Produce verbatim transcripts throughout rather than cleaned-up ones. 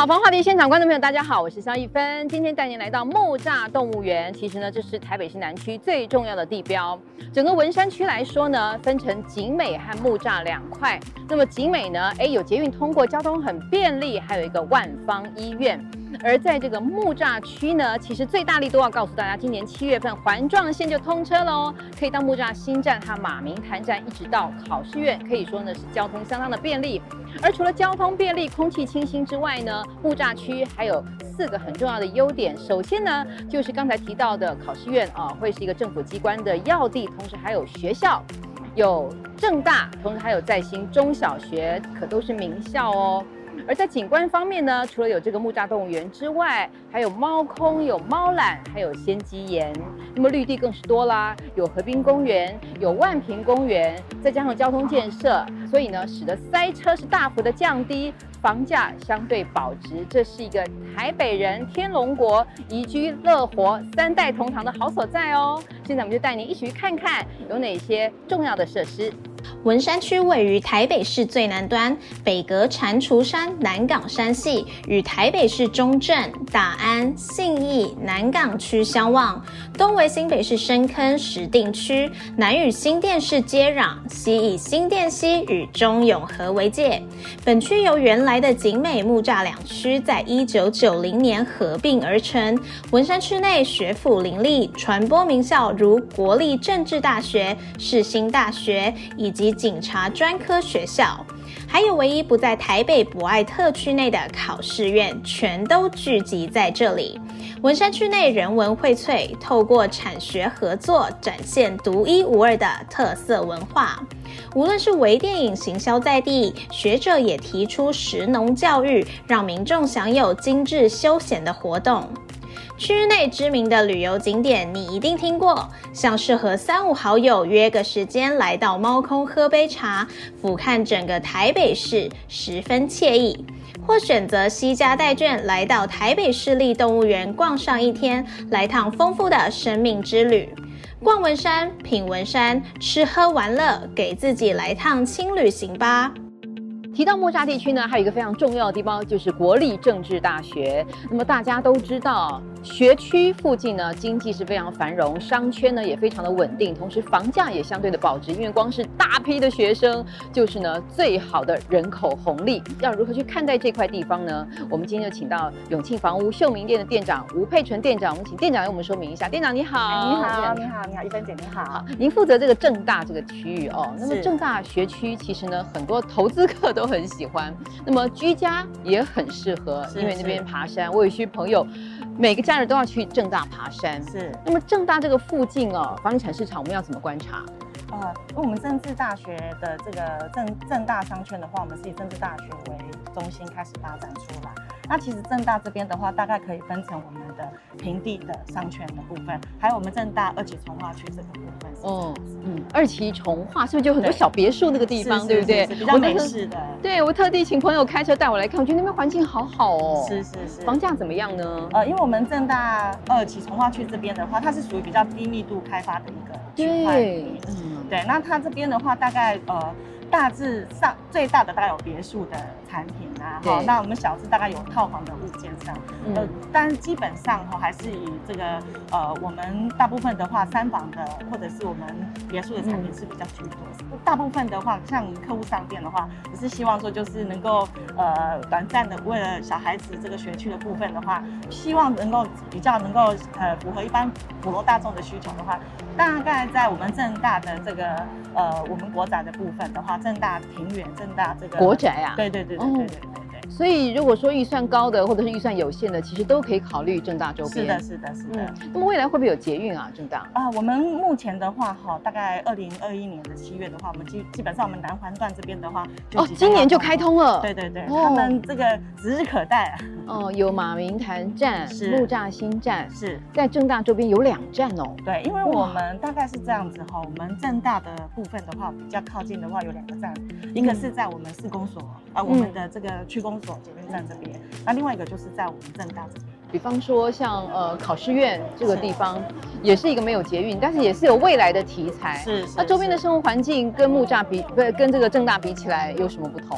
好房话题现场观众朋友，大家好，我是肖一芬，今天带您来到木栅动物园。其实呢，这是台北市南区最重要的地标。整个文山区来说呢，分成景美和木栅两块。那么景美呢，哎，有捷运通过，交通很便利，还有一个万芳医院。而在这个木栅区呢，其实最大力都要告诉大家，今年七月份环状线就通车喽，可以到木栅新站和马明潭站，一直到考试院，可以说呢是交通相当的便利。而除了交通便利、空气清新之外呢，木栅区还有四个很重要的优点。首先呢，就是刚才提到的考试院啊，会是一个政府机关的要地，同时还有学校，有政大，同时还有在新中小学，可都是名校哦。而在景观方面呢，除了有这个木栅动物园之外，还有猫空、有猫缆，还有仙鸡岩。那么绿地更是多啦，有河滨公园，有万平公园，再加上交通建设，所以呢，使得塞车是大幅的降低，房价相对保值。这是一个台北人天龙国宜居乐活三代同堂的好所在哦。现在我们就带您一起去看看有哪些重要的设施。 文山区位于台北市最南端，北隔蟾蜍山、南港山系，与台北市中正、大安、信义、南港区相望；东为新北市深坑、石碇区，南与新店市接壤，西以新店溪与中永和为界。本区由原来的景美、木栅两区在一九九零年合并而成。文山区内学府林立，传播名校如国立政治大学、世新大学以及警察专科学校，还有唯一不在台北博爱特区内的考试院，全都聚集在这里。文山区内人文荟萃，透过产学合作，展现独一无二的特色文化。无论是微电影行销在地，学者也提出食农教育，让民众享有精致休闲的活动。区内知名的旅游景点你一定听过，像是和三五好友约个时间来到猫空喝杯茶，俯瞰整个台北市，十分惬意；或选择携家带眷来到台北市立动物园逛上一天，来趟丰富的生命之旅。逛文山，品文山，吃喝玩乐，给自己来趟轻旅行吧。 提到木栅地区呢，还有一个非常重要的地方，就是国立政治大学。那么大家都知道，学区附近呢，经济是非常繁荣，商圈呢也非常的稳定，同时房价也相对的保值。因为光是大批的学生，就是呢最好的人口红利。要如何去看待这块地方呢？我们今天就请到永庆房屋秀明店的店长吴佩纯店长，我们请店长为我们说明一下。店长你好， 你好，你好，你好，一芬姐你好。 好，您负责这个政大这个区域哦。那么政大学区其实呢，很多投资客都都很喜欢，那么居家也很适合，因为那边爬山。我有一些朋友，每个假日都要去政大爬山。 是， 那么政大这个附近哦，房地产市场我们要怎么观察？ 呃，因为我们政治大学的这个政政大商圈的话，我们是以政治大学为中心开始发展出来。那其实政大这边的话，大概可以分成我们的平地的商圈的部分，还有我们政大二期重划区这个部分。哦， 嗯，二期重划是不是就很多小别墅那个地方，对不对？ 比较美式的。 对，我特地请朋友开车带我来看，我觉得那边环境好好哦。 是是是。 房价怎么样呢？ 呃，因为我们政大二期重划区这边的话，它是属于比较低密度开发的一个区块。对，嗯，对。那它这边的话，大概呃。大致上最大的大概有别墅的产品啊，好，那我们小致大概有套房的物件上，嗯、呃，但是基本上哈还是以这个呃我们大部分的话三房的或者是我们别墅的产品是比较居多。嗯、大部分的话，像客户上店的话，只是希望说就是能够呃短暂的为了小孩子这个学区的部分的话，希望能够比较能够呃符合一般普罗大众的需求的话，大概在我们政大的这个呃我们国宅的部分的话。政大庭园、政大这个国宅啊， 对对对对对对对对。 所以如果说预算高的或者是预算有限的，其实都可以考虑政大周边。 是的，是的，是的。嗯、 那么未来会不会有捷运啊？政大啊，我们目前的话哈，大概二零二一年的七月的话，我们基基本上我们南环段这边的话， 哦，今年就开通了。 对对对，哦、他们这个指日可待啊。 哦，有马明潭站、木栅新站， 是在政大周边有两站哦。 对，因为我们大概是这样子哈，我们政大的部分的话，比较靠近的话有两个站，嗯、一个是在我们市公所，呃，我们的这个区公所捷运站这边，那另外一个就是在我们政大这边。 比方说像呃考试院这个地方，也是一个没有捷运，但是也是有未来的题材。 是是。 那周边的生活环境跟木栅比，不跟这个政大比起来有什么不同？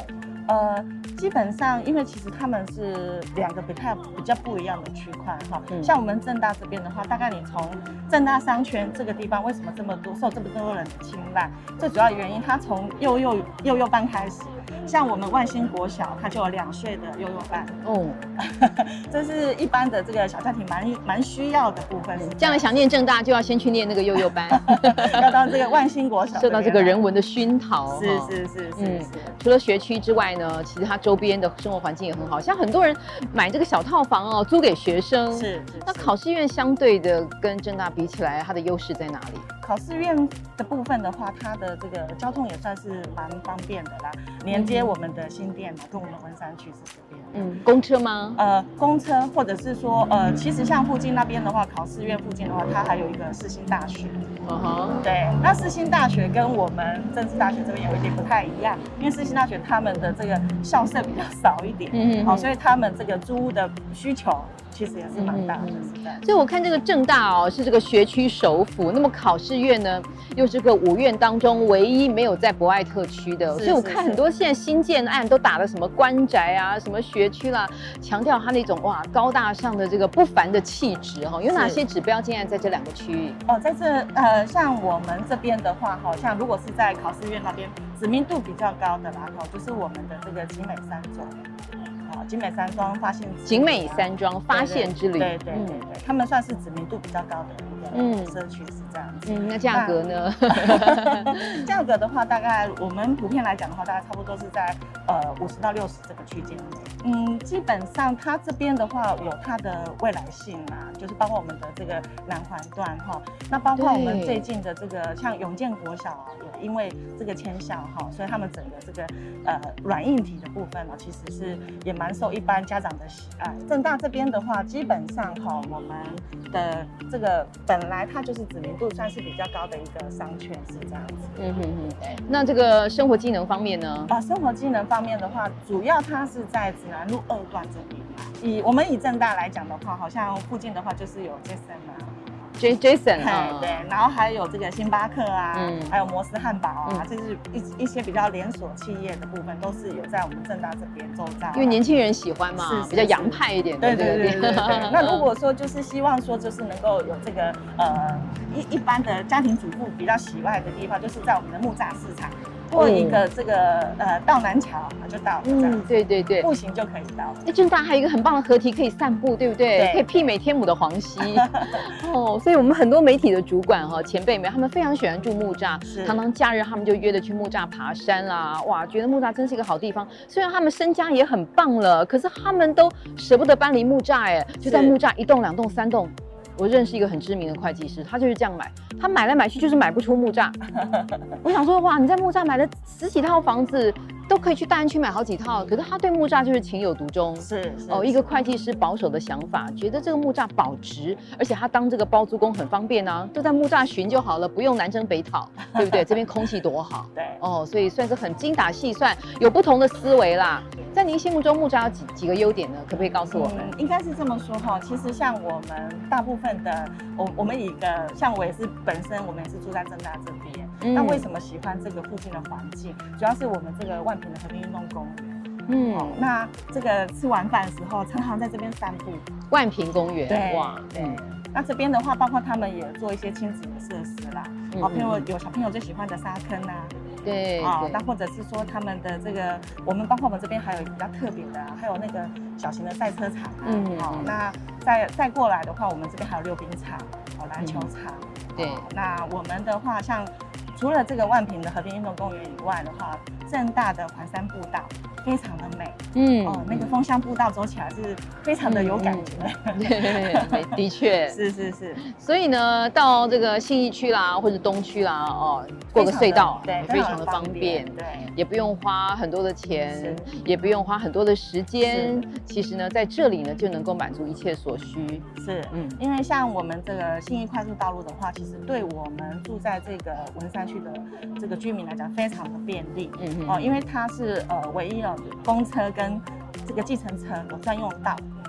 呃，基本上，因为其实他们是两个比较比较不一样的区块哈。嗯、像我们政大这边的话，大概你从政大商圈这个地方，为什么这么多受这么多人的青睐？最主要原因，它从幼幼幼幼班开始。像我们万兴国小，它就有两岁的幼幼班哦，这是一般的这个小家庭蛮蛮需要的部分。 将来想念政大，就要先去念那个幼幼班， 要到这个万兴国小， 受到这个人文的熏陶。 是是是是嗯， 除了学区之外呢，其实它周边的生活环境也很好。像很多人买这个小套房哦，租给学生。 是是。 那考试院相对的跟政大比起来，它的优势在哪里？ 考试院的部分的话，它的这个交通也算是蛮方便的啦，连接我们的新店跟我们文山区是这边。 嗯，公车吗？ 呃，公车或者是说，呃，其实像附近那边的话，考试院附近的话，它还有一个世新大学。嗯哼。对，那世新大学跟我们政治大学这边有一点不太一样，因为世新大学他们的这个校舍比较少一点，嗯好、哦，所以他们这个租屋的需求。其实也是蛮大的，是的。 所以我看这个政大哦是这个学区首府，那么考试院呢又是个五院当中唯一没有在博爱特区的，所以我看很多现在新建案都打了什么官宅啊、什么学区啦，强调它那种哇高大上的这个不凡的气质哈。有哪些指标现在在这两个区域？ 哦，在这呃像我们这边的话，好像如果是在考试院那边知名度比较高的啦，哈，就是我们的这个景美山庄。景美山庄发现景美山庄发现之旅， 对对对对，嗯、他们算是知名度比较高的一个社区，是这样子。 嗯，那价格呢？ 价格的话，大概我们普遍来讲的话，大概差不多是在呃五十到六十这个区间内。嗯，基本上它这边的话有它的未来性啦，就是包括我们的这个南环段哈，那包括我们最近的这个像永健国小啊，也因为这个迁校哈，所以他们整个这个呃软硬体的部分呢，其实是也蛮受一般家长的喜爱。政大这边的话，基本上哈，我们的这个本来它就是知名度算是比较高的一个商圈，是这样子。嗯哼哼。那这个生活机能方面呢？ 啊，生活机能方面的话，主要它是在指南路二段这边。以我们以政大来讲的话，好像附近的话就是有 Jason 啊。 J Jason 啊， 对，然后还有这个星巴克啊，嗯、还有摩斯汉堡啊，嗯、就是一一些比较连锁企业的部分，都是有在我们政大这边周遭。 因为年轻人喜欢嘛，是比较洋派一点的。 对对对对对。那如果说就是希望说就是能够有这个呃一一般的家庭主妇比较喜爱的地方，就是在我们的木栅市场。过一个这个呃道南桥就到了，嗯， 对对对， 步行就可以到了。 那政大还有一个很棒的河堤可以散步，对不对？对，可以媲美天母的黄溪。哦，所以我们很多媒体的主管哈前辈们，他们非常喜欢住木栅，常常假日他们就约着去木栅爬山啦，哇，觉得木栅真是一个好地方。虽然他们身家也很棒了，可是他们都舍不得搬离木栅，哎，就在木栅一栋、两栋、三栋。我认识一个很知名的会计师，他就是这样买，他买来买去就是买不出木栅。我想说，哇，你在木栅买了十几套房子，都可以去大安区买好几套，可是他对木栅就是情有独钟。 是是哦，一个会计师保守的想法，觉得这个木栅保值，而且他当这个包租公很方便啊，都在木栅巡就好了，不用南征北讨，对不对？这边空气多好。 对哦，所以算是很精打细算，有不同的思维啦。在您心目中，木栅有几几个优点呢？可不可以告诉我们？ 嗯、应该是这么说哈，其实像我们大部分的，我我们一个像我也是本身我们也是住在政大这边，嗯、那为什么喜欢这个附近的环境？主要是我们这个万平的和平运动公园。嗯、哦，那这个吃完饭的时候，常常在这边散步。 万平公园， 对，哇，对。嗯、那这边的话，包括他们也做一些亲子的设施啦，好、嗯，譬如有小朋友最喜欢的沙坑啊。 对， 哦，那或者是说他们的这个，我们包括我们这边还有比较特别的、啊，还有那个小型的赛车场、啊，嗯，好、哦，那再再过来的话，我们这边还有溜冰场，哦，篮球场，嗯、对、哦，那我们的话，像除了这个万平的和平运动公园以外的话，政大的环山步道非常的美，嗯，哦，那个枫香步道走起来是非常的有感觉， 嗯、对，的确是是是， 所以呢，到这个信义区啦，或者东区啦，哦，过个隧道，对，非常的方便，对，也不用花很多的钱，也不用花很多的时间，其实呢，在这里呢就能够满足一切所需， 是，嗯，因为像我们这个信义快速道路的话，其实对我们住在这个文山区的这个居民来讲，非常的便利，嗯哦，因为它是呃唯一有公车跟这个计程车有专用道。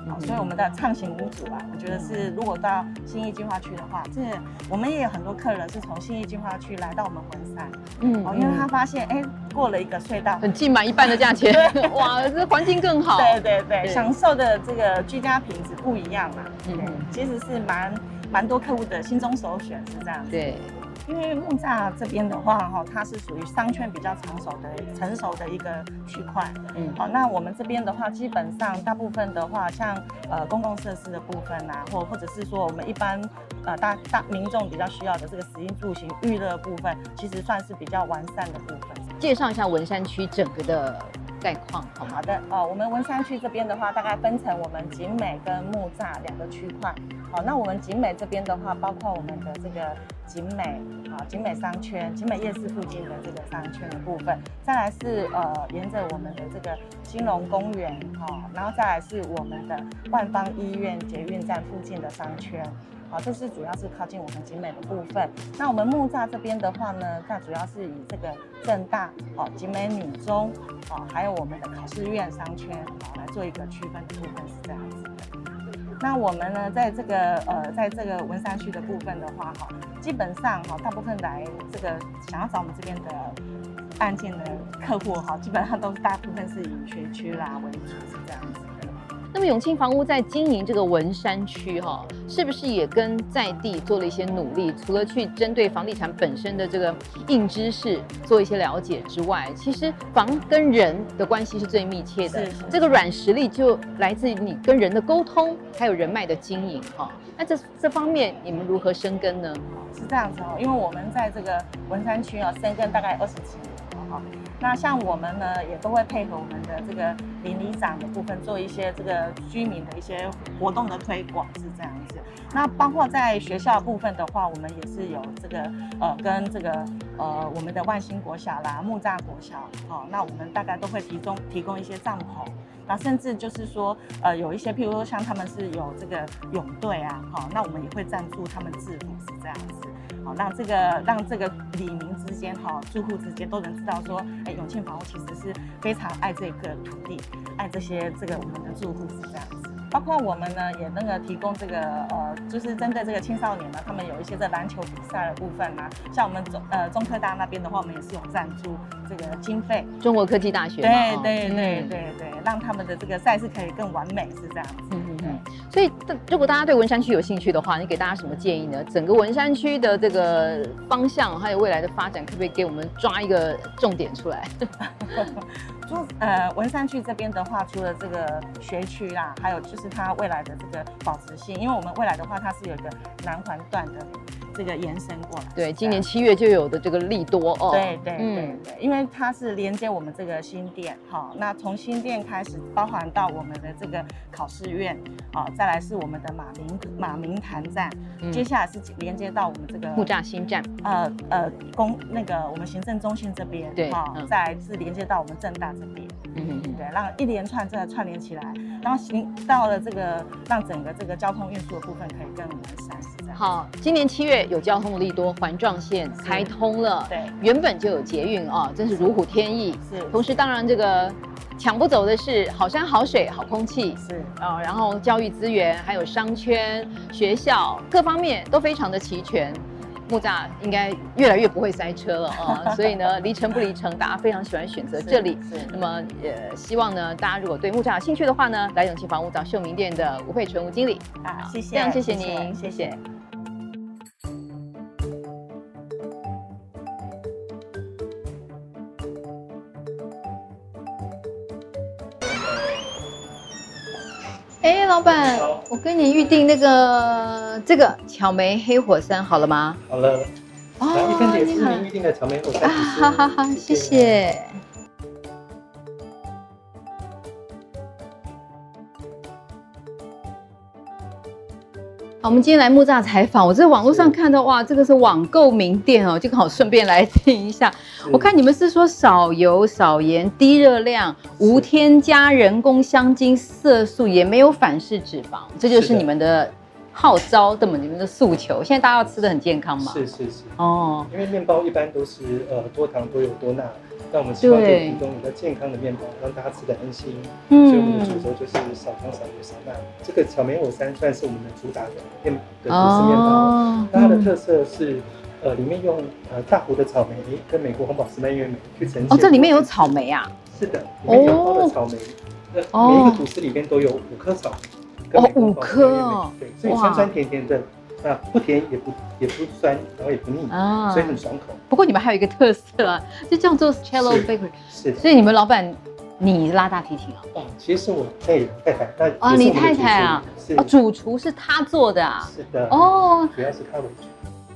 好，所以我们的畅行屋主啊，我觉得是如果到信义计划区的话，这我们也有很多客人是从信义计划区来到我们文山，嗯，哦，因为他发现哎，过了一个隧道， 很近嘛，一半的价钱，哇，这环境更好， 对对对，享受的这个居家品质不一样嘛，嗯，其实是蛮蛮多客户的心中首选是这样子， 对。 因为木栅这边的话，哈，它是属于商圈比较成熟的、成熟的一个区块。嗯，好，那我们这边的话，基本上大部分的话，像呃公共设施的部分啊，或或者是说我们一般呃大大民众比较需要的这个食衣住行娱乐部分，其实算是比较完善的部分。 介绍一下文山区整个的概况，好吗？ 好的，哦，我们文山区这边的话，大概分成我们景美跟木栅两个区块。好，那我们景美这边的话，包括我们的这个景美啊，景美商圈、景美夜市附近的这个商圈的部分，再来是呃沿着我们的这个兴隆公园哈，然后再来是我们的万方医院捷运站附近的商圈。好，这是主要是靠近我们景美的部分。那我们木栅这边的话呢，那主要是以这个政大、哦景美女中、哦还有我们的考试院商圈，哦来做一个区分的部分是这样子的。那我们呢，在这个呃，在这个文山区的部分的话，哈，基本上哈，大部分来这个想要找我们这边的案件的客户哈，基本上都是大部分是以学区啦为主，是这样子的。 那么永庆房屋在经营这个文山区哈，是不是也跟在地做了一些努力？除了去针对房地产本身的这个硬知识做一些了解之外，其实房跟人的关系是最密切的。这个软实力就来自于你跟人的沟通，还有人脉的经营哈。那这这方面你们如何深耕呢？ 是这样子哦，因为我们在这个文山区啊，深耕大概二十几年。那像我们呢，也都会配合我们的这个邻里长的部分，做一些这个居民的一些活动的推广，是这样子。那包括在学校部分的话，我们也是有这个呃跟这个呃我们的万兴国小啦、木栅国小，哦，那我们大概都会提供提供一些帐篷。那甚至就是说，呃，有一些，譬如说像他们是有这个泳队啊，好，那我们也会赞助他们制服，是这样子，好，让这个让这个里民之间哈，住户之间都能知道说，哎，永庆房屋其实是非常爱这个土地，爱这些这个我们的住户是这样子。包括我们呢，也那个提供这个呃，就是针对这个青少年呢，他们有一些在篮球比赛的部分啊，像我们中呃中科大那边的话，我们也是有赞助这个经费。 中国科技大学。 对对对对对，让他们的这个赛事可以更完美，是这样子。嗯嗯嗯。 所以，如果大家对文山区有兴趣的话，你给大家什么建议呢？整个文山区的这个方向还有未来的发展，可不可以给我们抓一个重点出来？ 就呃文山区这边的话，除了这个学区啦，还有就是它未来的这个保值性，因为我们未来的话，它是有一个南环段的这个延伸过来。 对，今年七月就有的这个利多哦。 对对对对，因为它是连接我们这个新店，好，那从新店开始，包含到我们的这个考试院，好，再来是我们的马明马明潭站，嗯、接下来是连接到我们这个木栅新站， 呃呃公那个我们行政中心这边， 对， 好、嗯，再来是连接到我们政大这边，嗯嗯嗯，对，让一连串这个串联起来，然后行到了这个让整个这个交通运输的部分可以更完善，是这样。 好，今年七月有交通利多，环状线开通了， 对， 原本就有捷运啊，真是如虎添翼。 是， 同时当然这个抢不走的是好山好水好空气， 是啊，然后教育资源还有商圈、学校各方面都非常的齐全。木栅应该越来越不会塞车了啊，所以呢，离城不离城，大家非常喜欢选择这里。那么呃，希望呢，大家如果对木栅有兴趣的话呢，来永庆房屋找秀明店的吴慧纯吴经理啊，谢谢， 非常谢谢您，谢谢。哎，老板，我跟你预定那个这个巧梅黑火山好了吗？ 好了，哦，一分姐是您预定的巧梅火山。 啊，好好好，谢谢。好，我们今天来木栅采访，我在网络上看到，哇，这个是网购名店哦，就刚好顺便来听一下。我看你们是说少油、少盐、低热量、无添加人工香精、色素，也没有反式脂肪，这就是你们的号召，那么你们的诉求。现在大家要吃的很健康嘛？ 是是是。哦，因为面包一般都是呃多糖、多油、多钠， 那我们希望可以提供比较健康的面包，让大家吃得安心。嗯，所以我们的主轴就是少糖少油少钠。这个草莓偶三算是我们的主打的面的吐司面包，哦、它的特色是。呃，里面用呃大湖的草莓跟美国红宝石蔓越莓去呈现。 哦，这里面有草莓啊？ 是的，里面有包的草莓。哦、每一个吐司里面都有五颗草莓。 哦，五颗哦。 对，所以酸酸甜甜的，那不甜也不也不酸，然后也不腻，啊、所以很爽口。 不过你们还有一个特色啊，就叫做 Cello Bakery。 是的。 所以你们老板你拉大提琴啊？ 哦，其实是我太太，但哦，你太太啊？哦，主厨是他做的啊？ 是的。 哦， 主要是他为主。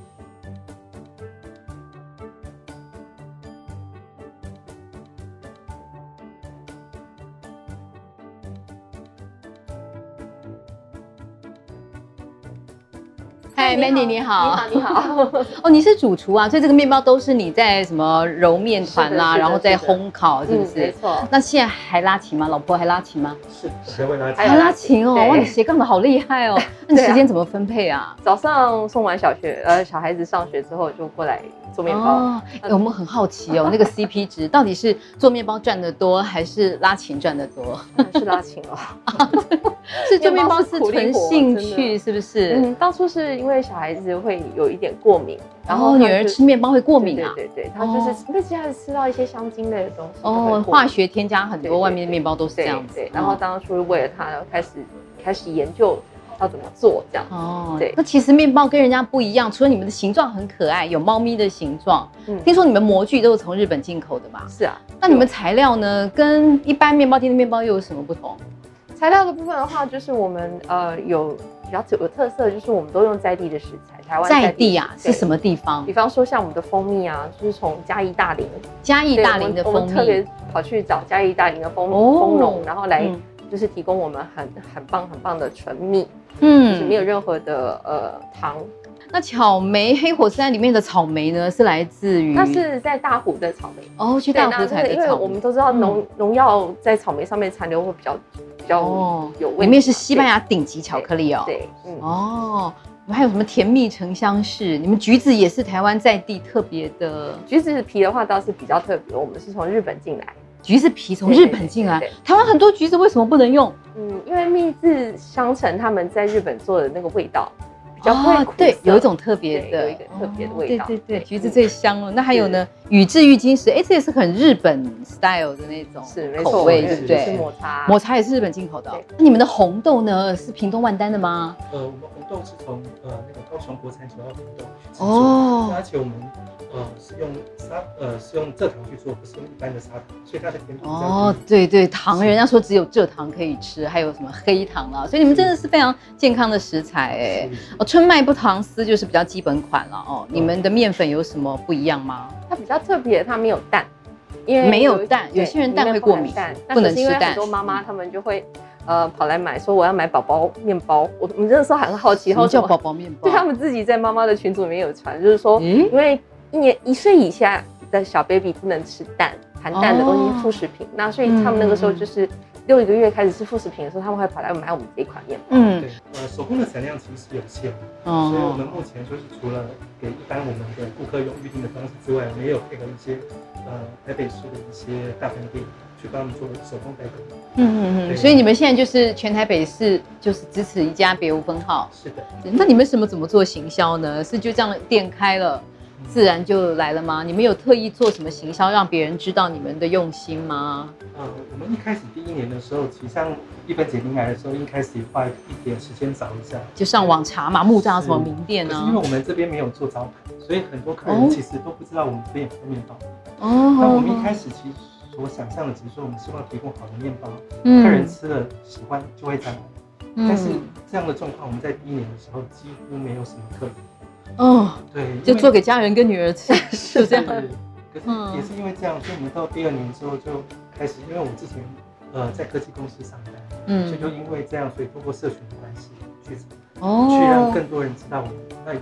嗨 ，Mandy 你好， 你好，你好。 哦，你是主厨啊，所以这个面包都是你在什么揉面团啦，然后再烘烤，是不是？ 没错。 那现在还拉琴吗？老婆还拉琴吗？ 是，还会拉琴。 还拉琴哦，哇，你斜杠的好厉害哦。那你时间怎么分配啊？ 早上送完小学，呃，小孩子上学之后就过来做面包。 哦，我们很好奇哦，那个 C P 值到底是做面包赚得多，还是拉琴赚得多？ 是拉琴哦。 是做面包是纯兴趣，是不是？ 嗯，当初是因为小孩子会有一点过敏， 然后女儿吃面包会过敏啊。 对对对，她就是因为现在吃到一些香精类的东西， 哦，化学添加很多，外面的面包都是这样子。 对，然后当初为了她开始开始研究要怎么做这样。 哦，对。那其实面包跟人家不一样，除了你们的形状很可爱，有猫咪的形状，听说你们模具都是从日本进口的嘛？ 是啊。 那你们材料呢，跟一般面包店的面包又有什么不同？ 材料的部分的话，就是我们呃有比较有特色，就是我们都用在地的食材，台湾在地啊是什么地方？ 比方说像我们的蜂蜜啊，就是从嘉义大林， 嘉义大林的蜂蜜， 我们特别跑去找嘉义大林的蜂蜂农，然后来就是提供我们很很棒很棒的纯蜜，嗯，就是没有任何的呃糖。 那草莓黑火山里面的草莓呢，是来自于？ 它是在大湖的草莓哦，去大湖采的草莓。 因为我们都知道农农药在草莓上面残留会比较比较有问题。 里面是西班牙顶级巧克力哦。 对，嗯。 哦，我们还有什么甜蜜橙香式？你们橘子也是台湾在地特别的。 橘子皮的话倒是比较特别，我们是从日本进来。 橘子皮从日本进来，台湾很多橘子为什么不能用？ 嗯，因为蜜制香橙他们在日本做的那个味道。比较不会苦涩， 对，有一种特别的， 有一个特别的味道。 对对对，橘子最香了。那还有呢，宇治郁金石，哎，这也是很日本 style 的那种口味，对不对？ 是抹茶， 抹茶也是日本进口的。那你们的红豆呢，是屏东万丹的吗？ 呃，我们红豆是从呃那个高雄国产九号红豆去制作，哦，而且我们呃是用砂呃是用蔗糖去做，不是用一般的砂糖，所以它的甜度比较低。 哦，对对，糖人家说只有蔗糖可以吃，还有什么黑糖啊，所以你们真的是非常健康的食材哎。哦，春麦不糖丝就是比较基本款了哦。你们的面粉有什么不一样吗？ 它比较特别，它没有蛋，因为没有蛋，有些人蛋会过敏，不能吃蛋。 很多妈妈他们就会呃跑来买，说我要买宝宝面包。我我们那时候很好奇， 什么叫宝宝面包？ 对，他们自己在妈妈的群组里面有传，就是说，因为一年一岁以下的小 baby 不能吃蛋，含蛋的东西副食品，那所以他们那个时候就是。六个月开始吃副食品的时候，他们会跑来买我们这一款面包。嗯， 对，呃，手工的产量其实是有限，哦，所以我们目前就是除了给一般我们的顾客用预定的方式之外，我们也有配合一些呃台北市的一些大饭店去帮他们做手工代工。 嗯嗯嗯，所以你们现在就是全台北市就是只此一家，别无分号。 是的。 那你们什么怎么做行销呢？是就这样店开了？自然就来了吗？你们有特意做什么行销让别人知道你们的用心吗？ 呃，我们一开始第一年的时候，其实像一分姐您来的时候，一开始也花一点时间找一下， 就上网查嘛，木栅什么名店呢？ 可是因为我们这边没有做招牌，所以很多客人其实都不知道我们这边有做面包。哦，那我们一开始其实所想象的只是说，我们希望提供好的面包，嗯、客人吃了喜欢就会再来。嗯、但是这样的状况，我们在第一年的时候几乎没有什么客人。哦，对， 就做给家人跟女儿吃，就这样。 可是也是因为这样，所以我们到第二年之后就开始，因为我之前呃在科技公司上班，嗯，所以就因为这样，所以通过社群的关系去哦，去让更多人知道我们，那也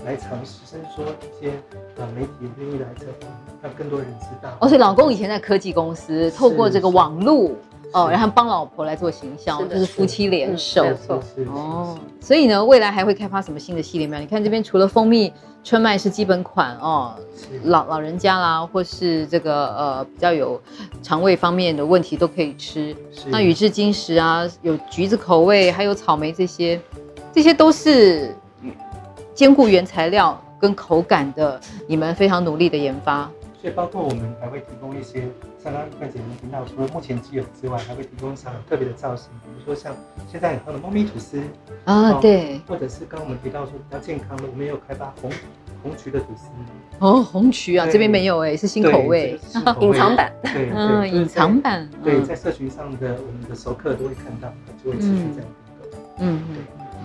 来尝试，甚至说一些呃媒体愿意来采访，让更多人知道。 哦，所以老公以前在科技公司，透过这个网路。哦，然后帮老婆来做行销，就是夫妻联手。 没错。 哦，所以呢，未来还会开发什么新的系列吗？你看这边除了蜂蜜春麦是基本款哦，老老人家啦，或是这个呃比较有肠胃方面的问题都可以吃。那宇治金时啊，有橘子口味，还有草莓这些，这些都是兼顾原材料跟口感的，你们非常努力的研发。 所以包括我们还会提供一些，像刚刚冠姐您提到，除了目前既有之外，还会提供像特别的造型，比如说像现在很夯的猫咪吐司啊，对， 或者是刚刚我们提到说比较健康的，我们也有开发红红曲的吐司。 哦，红曲啊，这边没有哎，是新口味， 隐藏版。 对， 嗯，隐藏版。 对，在社群上的我们的熟客都会看到，就会持续这样订购。嗯嗯。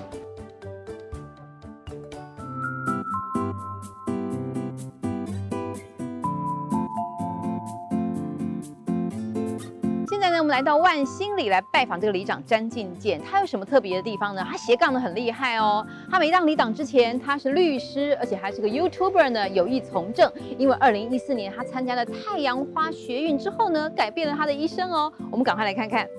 我们来到万兴里来拜访这个里长詹进健，他有什么特别的地方呢？他斜杠的很厉害哦。他没当里长之前，他是律师，而且还是个 YouTuber 呢，有意从政。因为二零一四年他参加了太阳花学运之后呢，改变了他的一生哦。我们赶快来看看。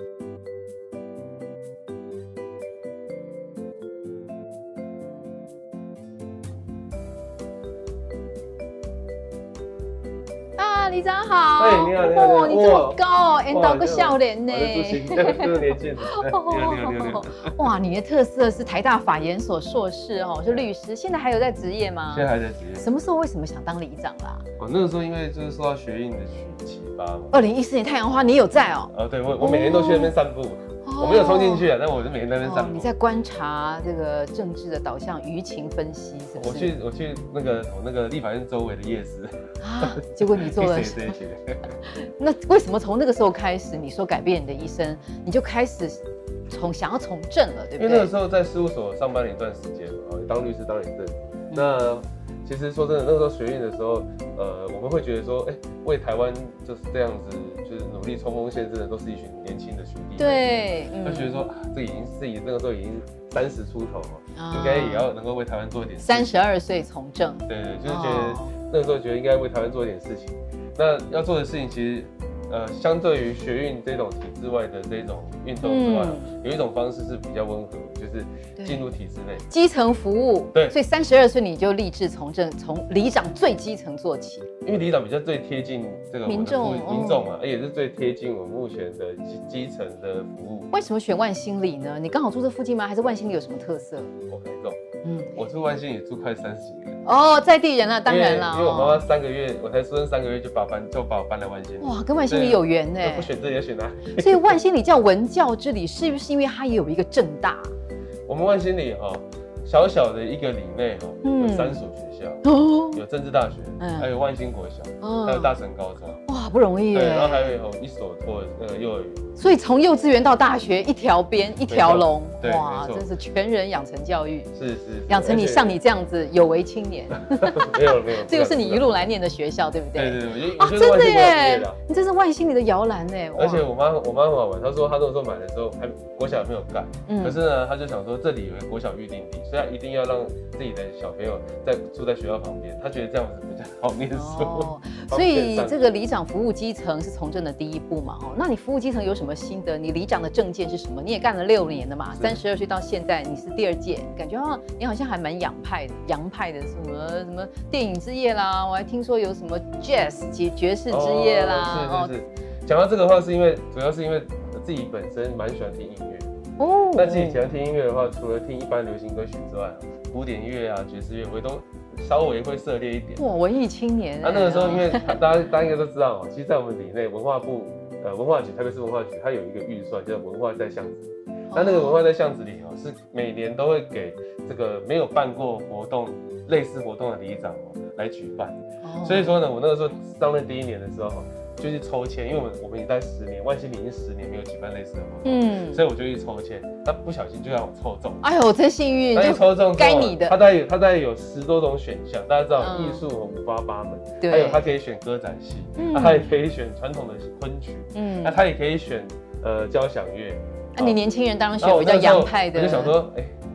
里长好， 哎，你好，你好， 哇，你这么高哦，演到个笑脸呢， 就是年轻人。你好，你好，你好。 哇，你的特色是台大法研所硕士哦，是律师，现在还有在职业吗？ 现在还在职业。 什么时候为什么想当里长啦？ 哦，那个时候因为就是受到学运的启发嘛。 二零一四年太阳花你有在哦？ 哦，对，我我每年都去那边散步。我没有冲进去啊，但我是每天在那边散步。 你在观察这个政治的导向，舆情分析，是不是？ 我去，我去那个我那个立法院周围的夜市啊，结果你做了什么？那为什么从那个时候开始，你说改变你的一生，你就开始从想要从政了，对不对？ 因为那个时候在事务所上班了一段时间嘛，当律师当了一阵子，那。其实说真的，那个时候学运的时候，呃，我们会觉得说，哎、欸，为台湾就是这样子，就是努力冲锋陷阵的，都是一群年轻的学弟。 对， 就觉得说，啊，这已经自己那个时候已经三十出头了，应该也要能够为台湾做一点事情。 三十二岁从政。 对对，就是觉得、哦、那个时候觉得应该为台湾做一点事情。那要做的事情，其实。呃，相对于学运这种体制外的这种运动之外、嗯，有一种方式是比较温和，就是进入体制内， 基层服务。 对， 所以三十二岁你就立志从政，从里长最基层做起。 因为里长比较最贴近这个民众， 民众嘛，而且是最贴近我们目前的基层的服务。 为什么选万兴里呢？你刚好住这附近吗？还是万兴里有什么特色？ 我台中，嗯，我住万兴也住快三十年。 哦，在地人了，当然了。 因为我妈妈三个月，我才出生三个月就把搬就把我搬来万兴。 哇，跟万兴里有缘呢。 不选这里要选哪里？ 所以万兴里叫文教之里，是不是因为它也有一个政大？ 我们万兴里哈，小小的一个里内哈，有三所学校，哦，有政治大学，嗯，还有万兴国小，哦，还有大成高中。 哇，不容易耶。 对，然后还有一所托那个幼儿园。 所以从幼稚园到大学一条边一条龙， 哇， 真是全人养成教育， 是是， 养成你像你这样子有为青年。 没有没有， 这个是你一路来念的学校，对不对？ 对对对， 啊，真的耶，你这是万兴里的摇篮呢。 而且我妈我妈很好玩，她说她那时候买的时候还国小没有盖，可是呢，她就想说这里有个国小预定地，所以她一定要让自己的小朋友在住在学校旁边，她觉得这样子比较好念书。 所以这个里长服务基层是从政的第一步嘛，哦，那你服务基层有什么心得？你里长的政见是什么？你也干了六年了嘛，三十二岁到现在，你是第二届，感觉好你好像还蛮洋派的，洋派的什么什么电影之夜啦，我还听说有什么 jazz 爵爵士之夜啦。 哦，是是是。讲到这个的话，是因为主要是因为我自己本身蛮喜欢听音乐。哦。那自己喜欢听音乐的话，除了听一般流行歌曲之外，古典乐啊、爵士乐，我都稍微会涉猎一点。 哇，文艺青年。 那那个时候，因为大家大家应该都知道，其实，在我们里内文化部。呃，文化局台北市文化局，它有一个预算叫文化在巷子。那那个文化在巷子里哦，是每年都会给这个没有办过活动类似活动的里长哦来举办。所以说呢，我那个时候上任第一年的时候就去抽签，因为我们我们已经在十年，万兴里已经十年没有举办类似的活动，嗯，所以我就去抽签，他不小心就让我抽中。 哎呦，真幸运！ 那抽中该你的。 他大概有他大概有十多种选项，大家知道艺术五花八门，对，还有他可以选歌仔戏，那他也可以选传统的昆曲，嗯，那他也可以选呃交响乐。 那你年轻人当然选比较洋派的。 我就想说，哎，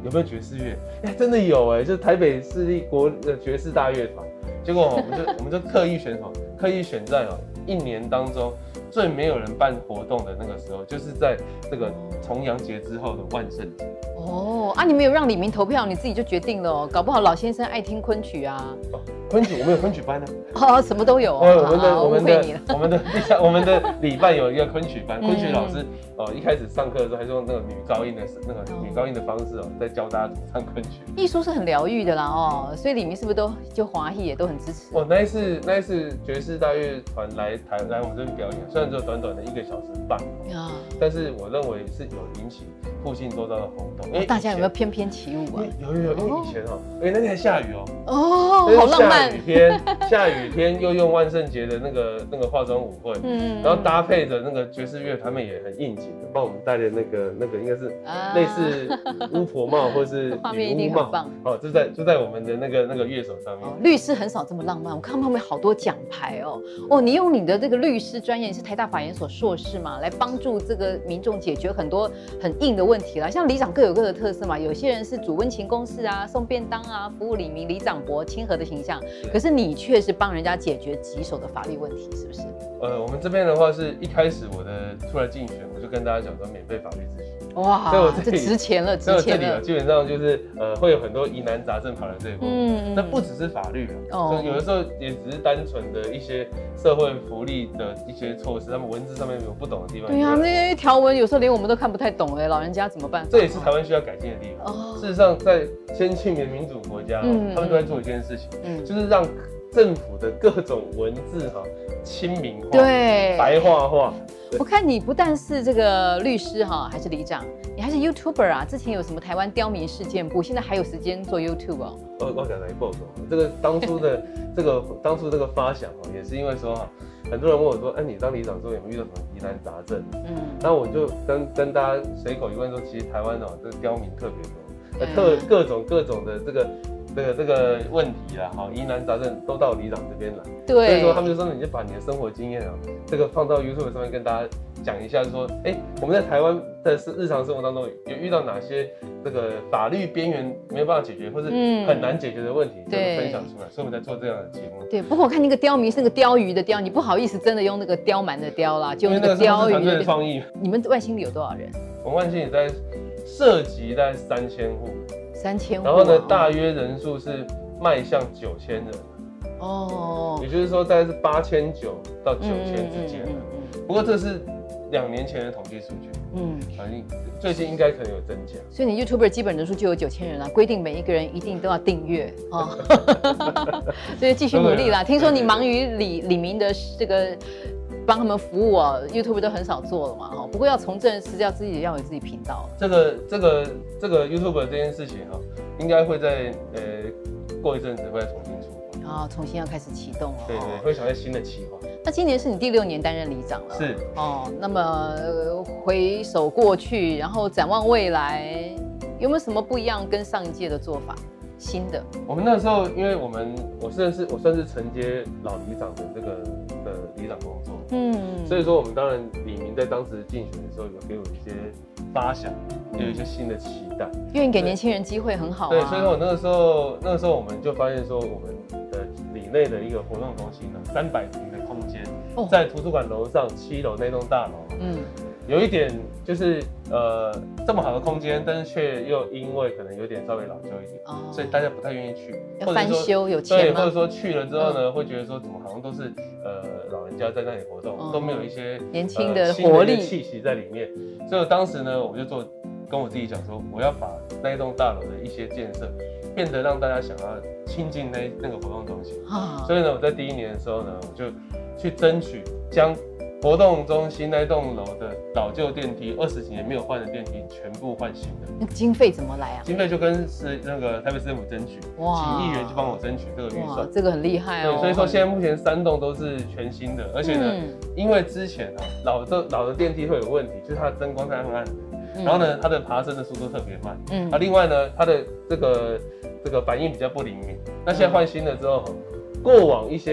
有没有爵士乐？哎，真的有哎，就是台北市立国的爵士大乐团。结果我们就我们就刻意选什么？刻意选在哦一年当中最没有人办活动的那个时候，就是在这个重阳节之后的万圣节。 哦，啊，你们有让李明投票，你自己就决定了哦。搞不好老先生爱听昆曲啊。 哦，昆曲我们有昆曲班呢。 哦，什么都有。 哦，我们的我们的我们的我们的礼拜有一个昆曲班，昆曲老师哦一开始上课的时候还是用那个女高音的那个女高音的方式哦，在教大家唱昆曲。 艺术是很疗愈的啦哦，所以李明是不是都就华裔也都很支持？ 哦，那一次那一次爵士大乐团来台来我们这边表演，虽然只有短短的一个小时半，啊，但是我认为是有引起附近周遭的轰动。 大家有没有翩翩起舞啊？ 有有有，因为以前哦，哎那天还下雨哦。 哦，好浪漫。 下雨天，下雨天又用万圣节的那个那个化妆舞会，嗯，然后搭配着那个爵士乐，他们也很应景的帮我们戴的那个那个应该是类似巫婆帽或是女巫帽，哦，就在就在我们的那个那个乐手上面。 律师很少这么浪漫，我看后面好多奖牌哦。哦，你用你的这个律师专业，你是台大法研所硕士嘛，来帮助这个民众解决很多很硬的问题啦。像里长各有各的特色嘛，有些人是煮温情公事啊，送便当啊，服务里民、里长伯亲和的形象，可是你却是帮人家解决棘手的法律问题，是不是？ 呃，我们这边的话是一开始我的出来竞选，我就跟大家讲说免费法律咨询。 哇，所以我这值钱了，值钱了。 基本上就是呃，会有很多疑难杂症跑来这一波。嗯，那不只是法律啊，哦，有的时候也只是单纯的一些社会福利的一些措施，他们文字上面有不懂的地方。 对啊，那些条文有时候连我们都看不太懂哎，老人家怎么办？ 这也是台湾需要改进的地方。哦，事实上，在先进的民主国家，嗯，他们都在做一件事情，嗯，就是让政府的各种文字哈亲民化， 对， 白话化。 我看你不但是这个律师哈，还是里长，你还是 YouTuber 啊。之前有什么台湾刁民事件簿，现在还有时间做 YouTube 哦。 我我讲来报告，这个当初的这个当初这个发想哦，也是因为说哈，很多人问我说，哎，你当里长之后有没有遇到什么疑难杂症？嗯，那我就跟跟大家随口一问说，其实台湾哦，这个刁民特别多，特各种各种的这个。这个这个问题啦，哈，疑难杂症都到里长这边来， 对， 所以说他们就说，你就把你的生活经验啊，这个放到 YouTube 上面跟大家讲一下，说，哎，我们在台湾的日常生活当中有遇到哪些这个法律边缘没有办法解决，或是很难解决的问题，就分享出来，所以我们在做这样的节目。 对，不过我看那个刁民是那个鲷鱼的鲷，你不好意思真的用那个刁蛮的刁啦，就那个鲷鱼的创意。 你们万兴里有多少人？ 我们万兴里在涉及在三千户。 三千户， 然后呢，大约人数是迈向九千人，哦，也就是说大概是八千九到九千之间。不过这是两年前的统计数据，嗯，反正最近应该可能有增加。 所以你 YouTuber 基本人数就有九千人啦，规定每一个人一定都要订阅哦，所以继续努力啦。听说你忙于李李明的这个。帮他们服务啊 ，YouTube 都很少做了嘛，哈。不过要从政是要自己要有自己频道。 这个这个这个 YouTube 这件事情哈，应该会在呃过一阵子会再重新出发。 啊，重新要开始启动了。 对对，会想在新的企划。 那今年是你第六年担任里长了。 是。 哦，那么、呃、回首过去，然后展望未来，有没有什么不一样跟上一届的做法？新的， 我们那时候，因为我们我算是我算是承接老里长的这个的里长工作，嗯，所以说我们当然李明在当时竞选的时候有给我一些发想，也有一些新的期待， 愿意给年轻人机会很好啊。 对，所以说我那个时候那个时候我们就发现说，我们的里内的一个活动中心呢，三百平的空间，哦、在图书馆楼上七楼那栋大楼，嗯。有一点就是呃这么好的空间，但是却又因为可能有点稍微老旧一点，哦、所以大家不太愿意去， 要翻修有钱对，或者说去了之后呢，嗯、会觉得说怎么好像都是呃老人家在那里活动，哦、都没有一些年轻的活力、 呃、气息在里面。所以我当时呢，我就做跟我自己讲说，我要把那一栋大楼的一些建设变得让大家想要亲近那那个活动中心。啊、所以呢，我在第一年的时候呢，我就去争取将活动中心那栋楼的老旧电梯，二十几年没有换的电梯，全部换新的。 那经费怎么来啊？ 经费就跟是那个台北市政府争取，几亿元就帮我争取这个预算。 这个很厉害哦。 对，所以说现在目前三栋都是全新的，而且呢，嗯、因为之前啊老的老的电梯会有问题，就是它的灯光太暗暗的，嗯、然后呢它的爬升的速度特别慢，嗯，啊另外呢它的这个这个反应比较不灵敏。那现在换新了之后，过往一些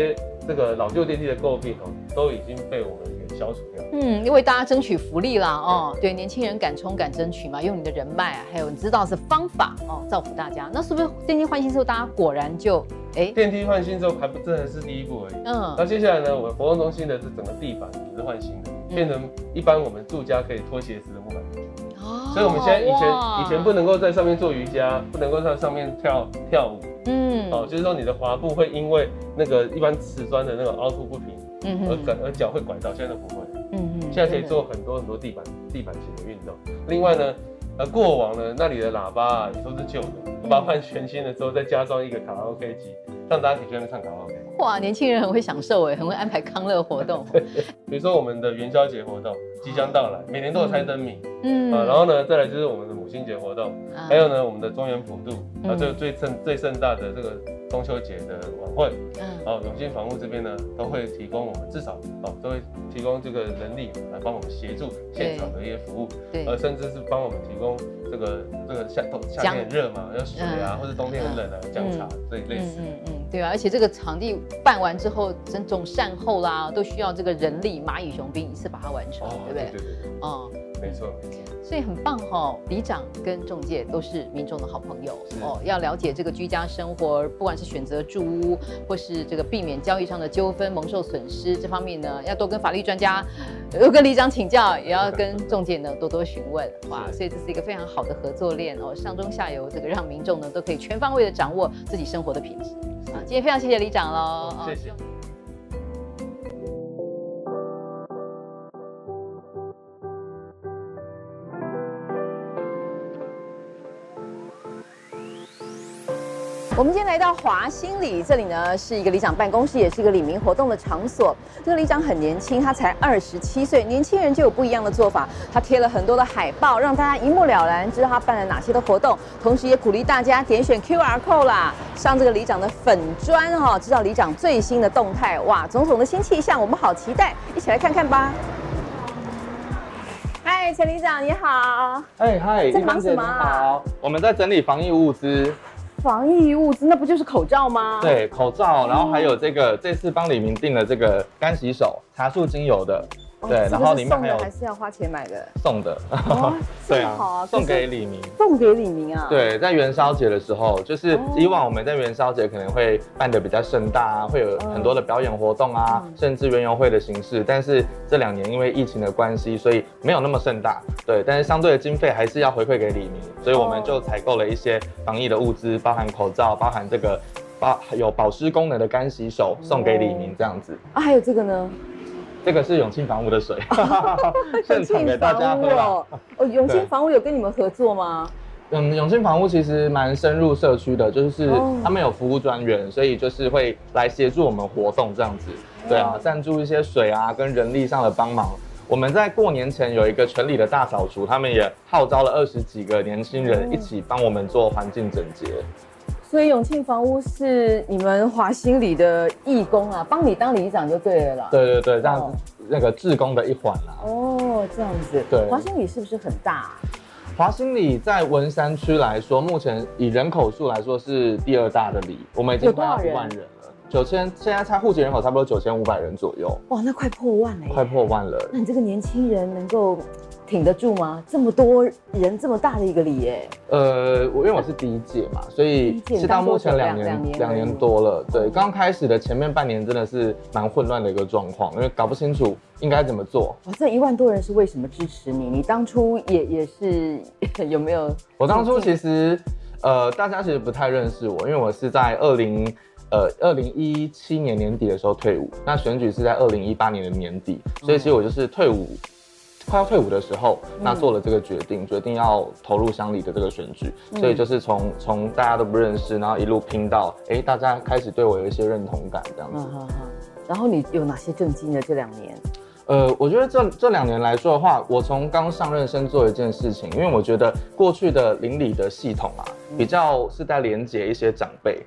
这个老旧电梯的诟病哦，都已经被我们给消除掉。 嗯，为大家争取福利啦哦，对，年轻人敢冲敢争取嘛，用你的人脉啊，还有你知道是方法哦，造福大家。那是不是电梯换新之后，大家果然就哎？ 电梯换新之后还不真的是第一步而已。嗯，那接下来呢，我们活动中心的这整个地板也是换新的，变成一般我们住家可以脱鞋子的木板地板。哦，所以我们现在以前以前不能够在上面做瑜伽，不能够在上面跳跳舞。嗯，哦，就是说你的滑步会因为那个一般瓷砖的那个凹凸不平，嗯，而感而脚会拐到，现在都不会。嗯嗯，现在可以做很多很多地板地板型的运动。另外呢，呃，过往呢那里的喇叭啊也都是旧的，我把它换全新的之后，再加装一个卡拉 OK 机，让大家可以去那边唱卡拉 OK。 哇，年轻人很会享受哎，很会安排康乐活动。 比如说我们的元宵节活动即将到来，每年都有猜灯谜，嗯啊，然后呢，再来就是我们的母亲节活动，啊、还有呢我们的中元普渡，啊，这个最盛最盛大的这个中秋节的晚会，嗯，哦，永庆房屋这边呢都会提供我们至少哦都会提供这个人力来帮我们协助现场的一些服务，对，呃，甚至是帮我们提供这个这个夏冬夏天很热嘛，要水啊，嗯、或者冬天很冷啊，姜茶这一类似，嗯嗯嗯， 对啊，而且这个场地办完之后，整种善后啦，都需要这个人力蚂蚁雄兵一次把它完成，哦、对不对？ 对对对，哦，没错没错。 所以很棒哈、哦，里长跟仲介都是民众的好朋友哦。要了解这个居家生活，不管是选择住屋，或是这个避免交易上的纠纷、蒙受损失这方面呢，要多跟法律专家，多跟里长请教，也要跟仲介呢多多询问。哇，所以这是一个非常好的合作链哦，上中下游这个让民众呢都可以全方位的掌握自己生活的品质。啊，今天非常谢谢里长喽， 谢谢。 我们今天来到华新里，这里呢是一个里长办公室，也是一个里民活动的场所。这个里长很年轻，他才二十七岁，年轻人就有不一样的做法。他贴了很多的海报，让大家一目了然，知道他办了哪些的活动，同时也鼓励大家点选 Q R code 啦，上这个里长的粉专哈、哦，知道里长最新的动态。哇，种种的新气象，我们好期待，一起来看看吧。嗨，陈里长你好。 哎嗨， 在忙什么啊？ 好，我们在整理防疫物资。 防疫物资那不就是口罩吗？ 对，口罩，然后还有这个，这次帮李明订了这个干洗手，茶树精油的， 哦、 对，然后里面还有还是要花钱买的， 送的， 哦、 对啊，送给李明， 送给李明啊， 对，在元宵节的时候，就是以往我们在元宵节可能会办得比较盛大啊，会有很多的表演活动啊，嗯、甚至园游会的形式，但是这两年因为疫情的关系，所以没有那么盛大，对，但是相对的经费还是要回馈给李明，所以我们就采购了一些防疫的物资，包含口罩，包含这个包有保湿功能的干洗手，送给李明这样子。 啊，还有这个呢？ 这个是永庆房屋的水，现场给大家喝哦。哦，永庆房屋有跟你们合作吗？ 嗯，永庆房屋其实蛮深入社区的，就是他们有服务专员，所以就是会来协助我们活动这样子。对啊，赞助一些水啊，跟人力上的帮忙。我们在过年前有一个全里的大扫除，他们也号召了二十几个年轻人一起帮我们做环境整洁。 所以永庆房屋是你们华新里的义工啊，帮你当里长就对了啦。 对对对，这样、哦、那个志工的一环啦。 哦，这样子。 对， 华新里是不是很大、啊？ 华新里在文山区来说，目前以人口数来说是第二大的里，我们已经快要一万人了，九千，现在差户籍人口差不多九千五百人左右。 哇，那快破万了耶！ 快破万了。 那你这个年轻人能够挺得住吗？这么多人，这么大的一个里耶。 呃，我因为我是第一届嘛，所以是到目前两年两年多了。对，刚开始的前面半年真的是蛮混乱的一个状况，因为搞不清楚应该怎么做。 哇，这一万多人是为什么支持你？你当初也也是有没有？ 我当初其实呃，大家其实不太认识我，因为我是在二零呃二零一七年年底的时候退伍，那选举是在二零一八年的年底，所以其实我就是退伍。快要退伍的时候，那做了这个决定，嗯、决定要投入乡里的这个选举，嗯、所以就是从从大家都不认识，然后一路拼到，哎、欸，大家开始对我有一些认同感这样子。嗯、 然后你有哪些政绩呢？这两年？ 呃，我觉得这这两年来说的话，我从刚上任先做一件事情，因为我觉得过去的邻里的系统啊，比较是在连结一些长辈。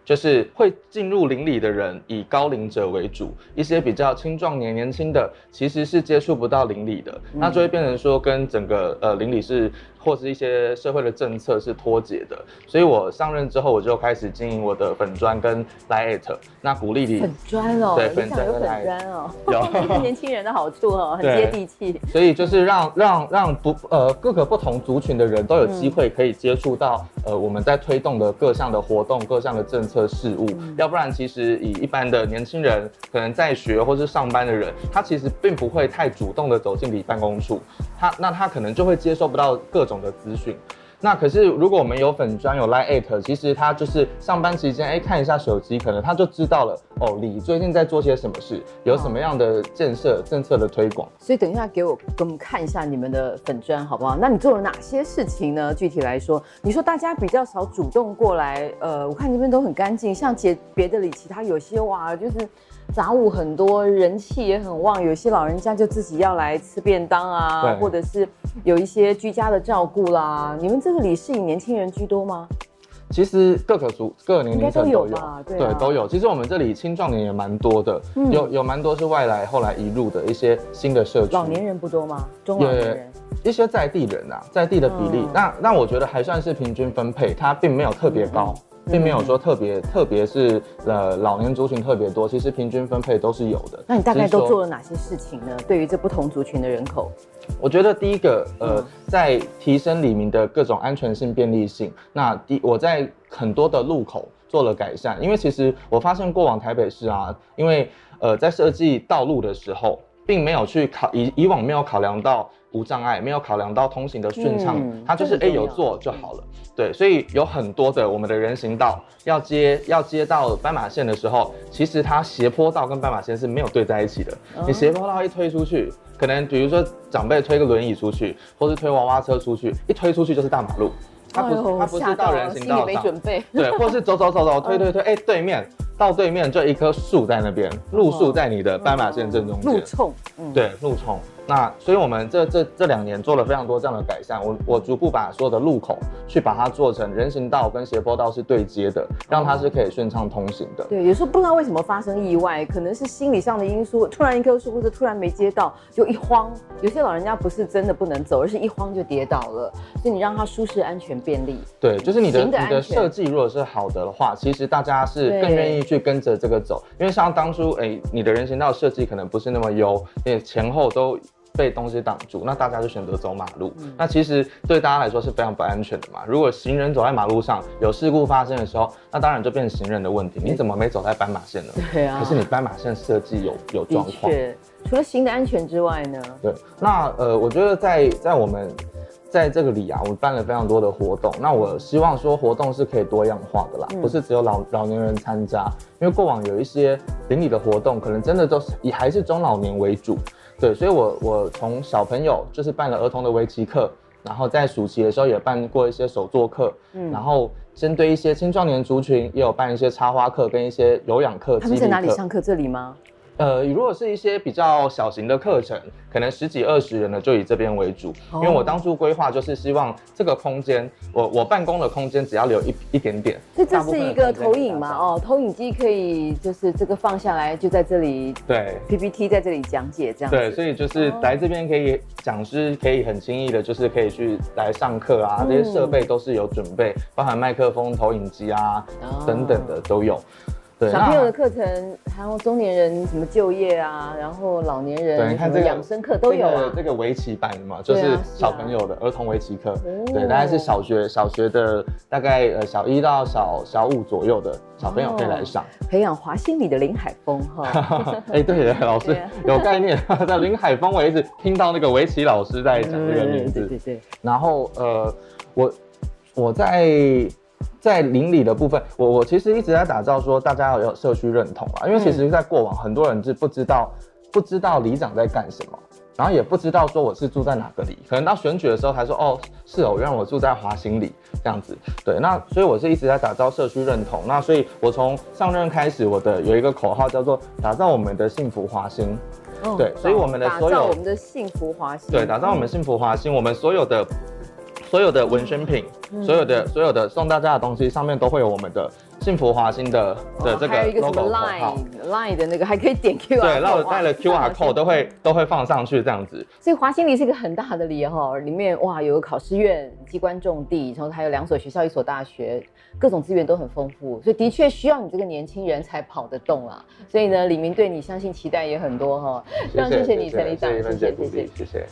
就是会进入邻里的人以高龄者为主，一些比较青壮年、年轻的其实是接触不到邻里的，嗯、那就会变成说跟整个呃邻里是或是一些社会的政策是脱节的。所以我上任之后，我就开始经营我的粉专跟 Line， 那鼓励你粉专哦， 对粉专有粉专哦， 有这是年轻人的好处哦，很接地气。 所以就是让让让不呃各个不同族群的人都有机会可以接触到、嗯、呃我们在推动的各项的活动、各项的政策事务。嗯、要不然其实以一般的年轻人可能在学或是上班的人，他其实并不会太主动的走进里办公处，他那他可能就会接收不到各种的资讯。那可是如果我们有粉专有 Line， 其实他就是上班期间哎看一下手机，可能他就知道了哦，你最近在做些什么事，有什么样的建设政策的推广。 所以等一下给我给我们看一下你们的粉专好不好？那你做了哪些事情呢？具体来说，你说大家比较少主动过来，呃，我看你们都很干净，像别别的里其他有些哇就是。杂物很多，人气也很旺，有些老人家就自己要来吃便当啊，或者是有一些居家的照顾啦。你们这个里是以年轻人居多吗？ 其实各个族各个年龄层都有， 都有吧？对、啊、 对，都有。其实我们这里青壮年也蛮多的，嗯、有有蛮多是外来后来移入的一些新的社区。 老年人不多吗？中老年人。 一些在地人啊，在地的比例，嗯、那那我觉得还算是平均分配，它并没有特别高。嗯并没有说特别，特别是呃老年族群特别多，其实平均分配都是有的。 那你大概都做了哪些事情呢？对于这不同族群的人口， 我觉得第一个呃，在提升里民的各种安全性、便利性。那第我在很多的路口做了改善，因为其实我发现过往台北市啊，因为呃在设计道路的时候，并没有去考以以往没有考量到无障碍，没有考量到通行的顺畅，嗯、它就是哎有做就好了。对，所以有很多的我们的人行道要接要接到斑马线的时候，其实它斜坡道跟斑马线是没有对在一起的。哦、你斜坡道一推出去，可能比如说长辈推个轮椅出去，或是推娃娃车出去，一推出去就是大马路。它不是、哎、它不是到人行道上， 没准备。 对，或是走走走走推推推，哎、欸，对面到对面就一棵树在那边，路树在你的斑马线正中间。 路冲，嗯， 对，路冲。那所以我们这这这两年做了非常多这样的改善，我我逐步把所有的路口去把它做成人行道跟斜坡道是对接的，让它是可以顺畅通行的。 对，有时候不知道为什么发生意外，可能是心理上的因素，突然一棵树或者突然没接到，就一慌。有些老人家不是真的不能走，而是一慌就跌倒了。所以你让他舒适、安全、便利。 对，就是你的你的设计如果是好的的话，其实大家是更愿意去跟着这个走，因为像当初哎，你的人行道设计可能不是那么优，因为前后都被东西挡住，那大家就选择走马路。嗯、那其实对大家来说是非常不安全的嘛。如果行人走在马路上有事故发生的时候，那当然就变成行人的问题。你怎么没走在斑马线呢？ 对啊。 可是你斑马线设计有有状况。 对，除了行的安全之外呢？ 对，那呃，我觉得在在我们在这个里啊，我们办了非常多的活动。那我希望说活动是可以多样化的啦，嗯、不是只有老老年人参加，因为过往有一些邻里的活动，可能真的都是以还是中老年为主。对，所以我我从小朋友就是办了儿童的围棋课，然后在暑期的时候也办过一些手作课，嗯，然后针对一些青壮年族群也有办一些插花课跟一些有氧课。 他们在哪里上课？这里吗？ 呃，如果是一些比较小型的课程，可能十几二十人的，就以这边为主。哦、因为我当初规划就是希望这个空间，我我办公的空间只要留一一点点。 所以这是一个投影嘛？哦，投影机可以就是这个放下来，就在这里。 对 ，P P T 在这里讲解这样子。 对，所以就是来这边可以讲师可以很轻易的，就是可以去来上课啊，嗯、这些设备都是有准备，包含麦克风、投影机啊、哦、等等的都有。 小朋友的课程，还有中年人什么就业啊，然后老年人什么养生课都有、啊。 这个这个围棋班嘛，就是小朋友的儿童围棋课，啊啊、对，大概是小学小学的大概呃小一到小小五左右的小朋友可以来上， 哦、培养华新里的林海峰哈。 哎、欸，对的，老师、啊、有概念，在林海峰我一直听到那个围棋老师在讲这个名字， 对对对。 然后呃，我我在。在邻里的部分，我我其实一直在打造说大家要有社区认同啊，因为其实在过往很多人是不知道不知道里长在干什么，然后也不知道说我是住在哪个里，可能到选举的时候才说哦是哦，让我住在华新里这样子，对，那所以我是一直在打造社区认同，那所以我从上任开始，我的有一个口号叫做打造我们的幸福华新，哦、对，所以我们的所有打造我们的幸福华新， 对，打造我们幸福华新，我们所有的。所有的文宣品，嗯、所有的所有的送大家的东西上面都会有我们的幸福华兴的的这个 logo 还有一个什么 line line 的那个，还可以点 Q R code， 对，然后带了 Q R code 都会都会放上去这样子。 所以华兴里是一个很大的里哈，里面哇有个考试院、机关重地，然后还有两所学校、一所大学，各种资源都很丰富，所以的确需要你这个年轻人才跑得动啦。所以呢，李明对你相信期待也很多哈。非常谢谢你，陈里长，谢谢谢谢谢谢。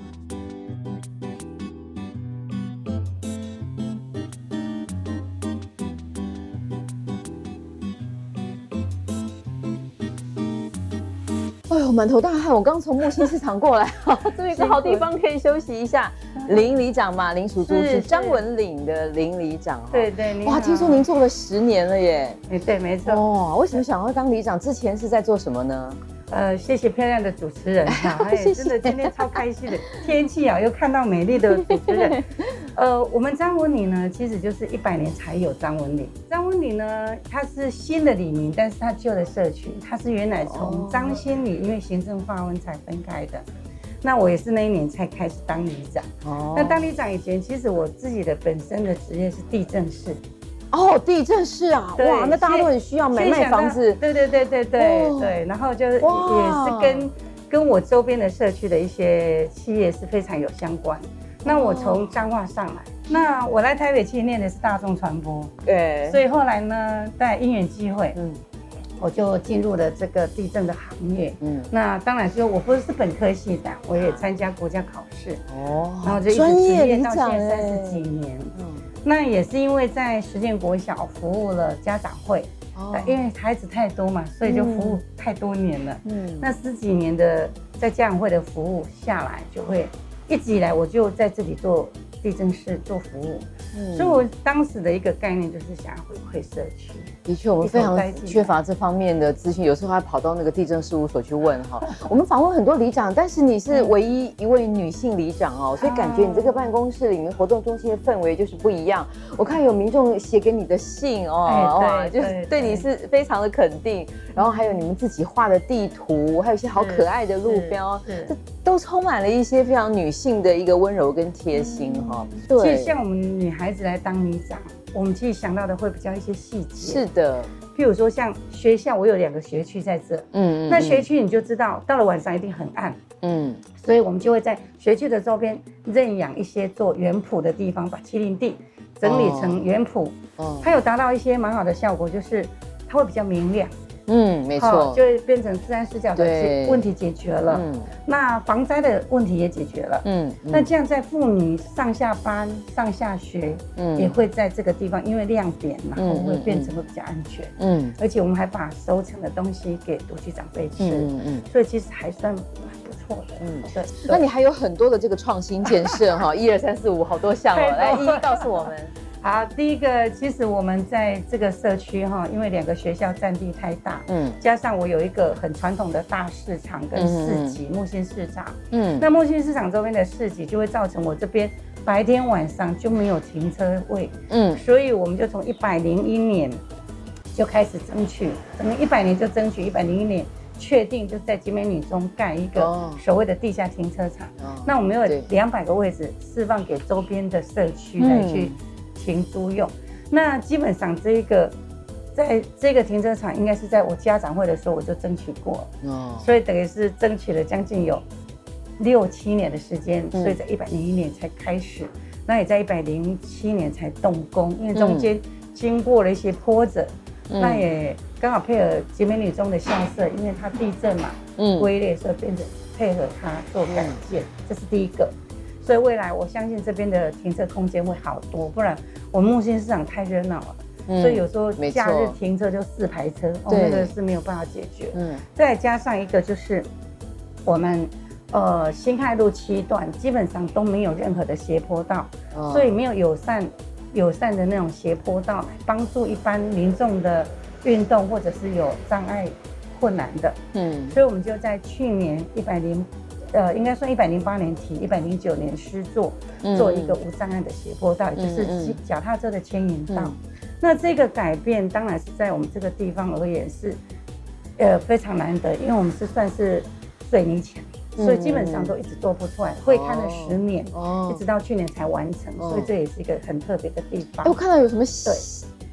哎呦，满头大汗！我刚从木星市场过来，这边有个好地方可以休息一下。林里长嘛，林淑珠是张文岭的林里长。 对对， 哇，听说您做了十年了耶！ 哎，对，没错。 哇，为什么想要当里长？之前是在做什么呢？ 呃，谢谢漂亮的主持人哈，哎，真的今天超开心的，天气啊又看到美丽的主持人。呃，我们张文里呢，其实就是一百年才有张文里。张文里呢，它是新的里名，但是它旧的社区，它是原来从张新里因为行政划分才分开的。那我也是那一年才开始当里长。哦，那当里长以前，其实我自己的本身的职业是地政士。 哦，地震是啊，哇，那大家都很需要买卖房子， 对对对对对、哦、对，然后就是也是跟跟我周边的社区的一些企业是非常有相关。那我从彰化上来，那我来台北其实念的是大众传播，对，所以后来呢，在因缘际会，嗯，我就进入了这个地政的行业，嗯，那当然就我不是本科系的，我也参加国家考试，哦，然后就一直职业到现在三十几年，嗯。那也是因为在实践国小服务了家长会，哦、因为孩子太多嘛，所以就服务太多年了。嗯，那十几年的在家长会的服务下来，就会一直以来我就在这里做地政士做服务。嗯，所以我当时的一个概念就是想要回馈社区。 的确，我们非常缺乏这方面的资讯，有时候还跑到那个地政事务所去问哈。我们访问很多里长，但是你是唯一一位女性里长哦，所以感觉你这个办公室里面活动中心的氛围就是不一样。我看有民众写给你的信哦，哇，就是对你是非常的肯定。然后还有你们自己画的地图，还有一些好可爱的路标，这都充满了一些非常女性的一个温柔跟贴心哈。 对，其实像我们女孩子来当里长，我们其实想到的会比较一些细节。 是的， 譬如说像学校，我有两个学区在这，嗯嗯，那学区你就知道，到了晚上一定很暗，嗯，所以我们就会在学区的周边认养一些做园圃的地方，把麒麟地整理成园圃，哦，它有达到一些蛮好的效果，就是它会比较明亮。 嗯，没错， 就会变成自然视角的问题解决了。嗯，那防灾的问题也解决了。嗯，那这样在妇女上下班、上下学，嗯，也会在这个地方，因为亮点嘛，嗯，会变成会比较安全。嗯，而且我们还把收成的东西给独居长辈吃。嗯嗯，所以其实还算蛮不错的。嗯，对。 那你还有很多的这个创新建设哈，一二三四五好多项哦，来一一告诉我们。 好，第一个，其实我们在这个社区哈，因为两个学校占地太大，嗯，加上我有一个很传统的大市场跟市集，木星市场，嗯，那木星市场周边的市集就会造成我这边白天晚上就没有停车位，嗯，所以我们就从一百零一年就开始争取，我们一百年就争取一百零一年确定就在集美女中盖一个所谓的地下停车场，哦，那我们有两百个位置释放给周边的社区来去停租用，那基本上这一个，在这个停车场应该是在我家长会的时候我就争取过，哦，所以等于是争取了将近有六七年的时间，嗯，所以在一百零一年才开始，那也在一百零七年才动工，因为中间经过了一些波折，嗯，那也刚好配合集美女中的校舍，因为它地震嘛，嗯，龟裂，所以变成配合它做改建，嗯，这是第一个。所以未来我相信这边的停车空间会好多，不然我们木星市场太热闹了，嗯，所以有时候假日停车就四排车，哦，那个是没有办法解决。嗯，再加上一个就是我们呃辛亥路七段基本上都没有任何的斜坡道，哦，所以没有友善友善的那种斜坡道，帮助一般民众的运动或者是有障碍困难的。嗯，所以我们就在去年一百零。呃，应该算一百零八年提，一百零九年施作，做一个无障碍的斜坡道，也就是脚踏车的牵引道。嗯，那这个改变当然是在我们这个地方而言是，呃，非常难得，因为我们是算是水泥墙，所以基本上都一直做不出来，会看了十年，哦，一直到去年才完成，哦，所以这也是一个很特别的地方。 我看到有什么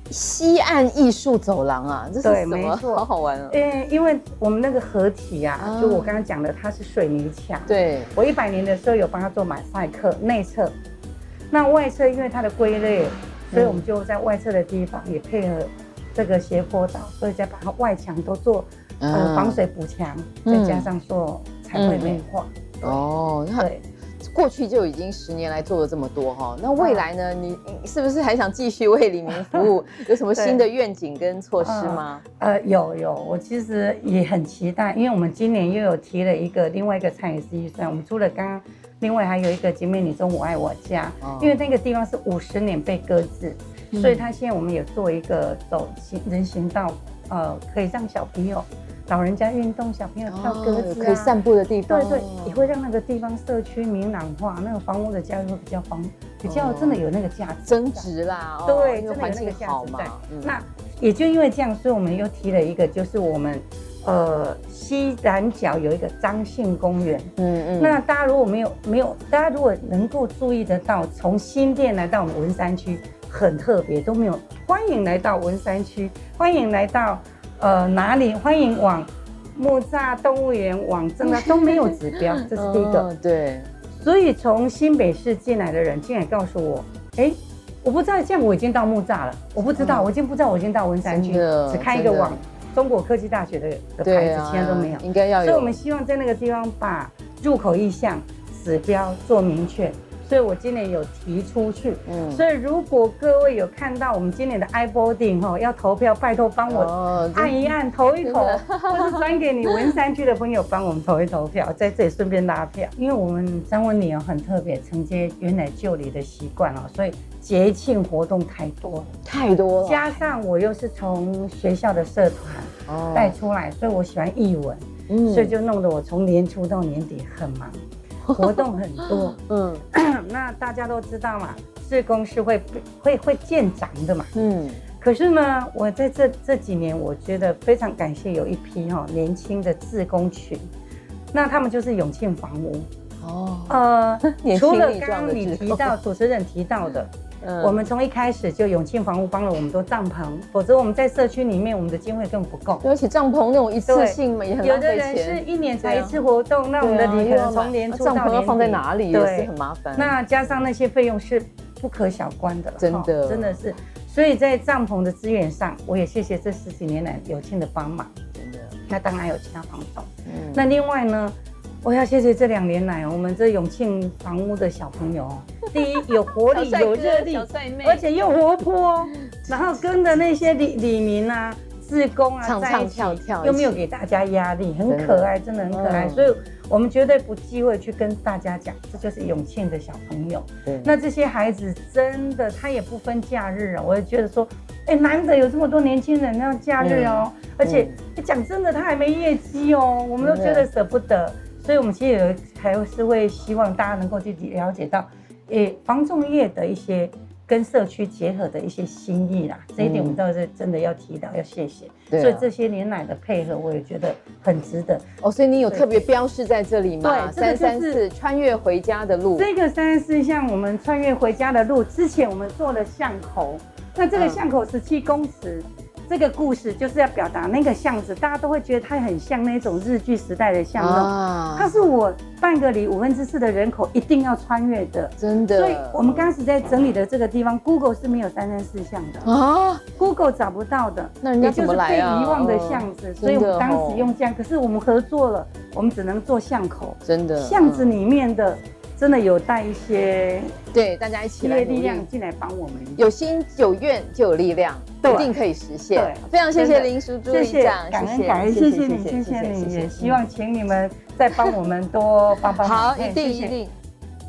西岸艺术走廊啊，这是什么？好好玩啊！ 因因为我们那个合体啊，啊就我刚刚讲的，它是水泥墙。 对， 我一百年的时候有帮他做马赛克内侧，那外侧因为它的龟类，所以我们就在外侧的地方也配合这个斜坡道，所以再把它外墙都做呃防水补强，再加上做彩绘美化。 哦， 对。 过去就已经十年来做了这么多哈，那未来呢？你是不是还想继续为里民服务？有什么新的愿景跟措施吗？ 呃，有有，我其实也很期待，因为我们今年又有提了一个另外一个参与式预算，我们除了刚刚，另外还有一个景美女中我爱我家，哦、因为那个地方是五十年被搁置，嗯、所以它现在我们有做一个走行人行道，呃，可以让小朋友。老人家运动，小朋友跳鸽子、啊哦、 可以散步的地方， 对对，也会让那个地方社区明朗化，那个房屋的价值会比较方，比较真的有那个价值、哦、 增值啦。 对，哦、真的有那个价值在。嗯、那也就因为这样，所以我们又提了一个，就是我们呃西南角有一个张姓公园。嗯嗯。那大家如果没有没有，大家如果能够注意得到，从新店来到我们文山区，很特别，都没有。欢迎来到文山区，欢迎来到。呃，哪里欢迎往木栅动物园、往正大都没有指标，这是第一个。 哦、对， 所以从新北市进来的人进来告诉我，哎，我不知道这样我已经到木栅了，我不知道，嗯、我已经不知道我已经到文山区，只看一个往中国科技大学的的牌子，其他都没有。 应该要有。 所以我们希望在那个地方把入口意向、指标做明确。所以我今年有提出去，嗯，所以如果各位有看到我们今年的 iBoarding 哈，要投票，拜托帮我按一按，投一投，或是转给你文山区的朋友帮我们投一投票，在这里顺便拉票。因为我们张文里哦很特别，承接原来旧里的习惯哦，所以节庆活动太多了， 太多了。 加上我又是从学校的社团带出来，所以我喜欢艺文，嗯，所以就弄得我从年初到年底很忙。活动很多，嗯，那大家都知道嘛，志工是会会会见长的嘛，嗯，可是呢，我在这这几年，我觉得非常感谢有一批哈、哦、年轻的志工群，那他们就是永庆房屋，哦，呃，除了刚刚你提到主持人提到的。嗯、我们从一开始就永庆房屋帮了我们多帐篷，否则我们在社区里面我们的经费根本不够。 而且帐篷那种一次性嘛也很浪费钱。有的人是一年才一次活动，啊、那我们的礼可能从年初到年底， 帐篷要放在哪里也是很麻烦。 那加上那些费用是不可小观的， 真的真的是。所以在帐篷的资源上，我也谢谢这十几年来永庆的帮忙，真的。那当然有其他房东，嗯，那另外呢？我要谢谢这两年来我们这永庆房屋的小朋友，第一有活力有热力，而且又活泼，然后跟着那些里里民啊、志工啊唱唱跳跳， 又没有给大家压力，很可爱，真的很可爱。所以我们绝对不忌讳去跟大家讲，这就是永庆的小朋友。那这些孩子真的他也不分假日啊，我也觉得说，哎，难得有这么多年轻人要假日哦，而且讲真的他还没业绩哦，我们都觉得舍不得。所以，我们其实有还是会希望大家能够去了解到，诶，房仲业的一些跟社区结合的一些心意啦。这一点我们倒是真的要提到，要谢谢。嗯、所以这些年来的配合，我也觉得很值得。 哦，所以你有特别标示在这里吗？对，三三四穿越回家的路。 这个三三四像我们穿越回家的路，之前我们做了巷口，那这个巷口十七公尺。嗯这个故事就是要表达那个巷子，大家都会觉得它很像那种日剧时代的巷弄，啊、它是我半个里五分之四的人口一定要穿越的， 真的。 所以我们刚开始在整理的这个地方 ，Google 是没有三三四巷的啊 ，Google 找不到的， 那人家怎么来啊？ 也就是被遗忘的巷子，哦、所以我们当时用这样，可是我们合作了，我们只能做巷口， 真的， 巷子里面的。真的有带一些对大家一起来力量进来帮我们， 有心有愿就有力量，一定可以实现。对，非常谢谢林淑珠里长， 感恩感恩，谢谢你，谢谢你，也希望请你们再帮我们多帮帮忙。 好，一定一定。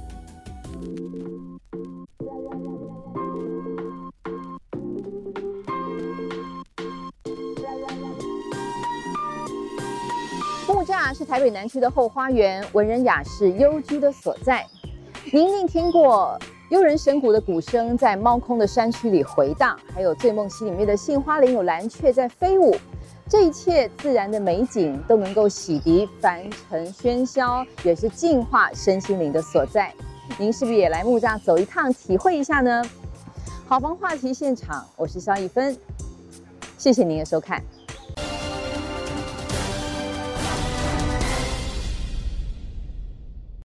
木栅是台北南区的后花园，文人雅士幽居的所在。您一定听过幽人神鼓的鼓声在猫空的山区里回荡，还有醉梦溪里面的杏花林有蓝雀在飞舞。这一切自然的美景都能够洗涤凡尘喧嚣，也是净化身心灵的所在。您是不是也来木栅走一趟，体会一下呢？ 好房话题现场，我是肖一芬，谢谢您的收看。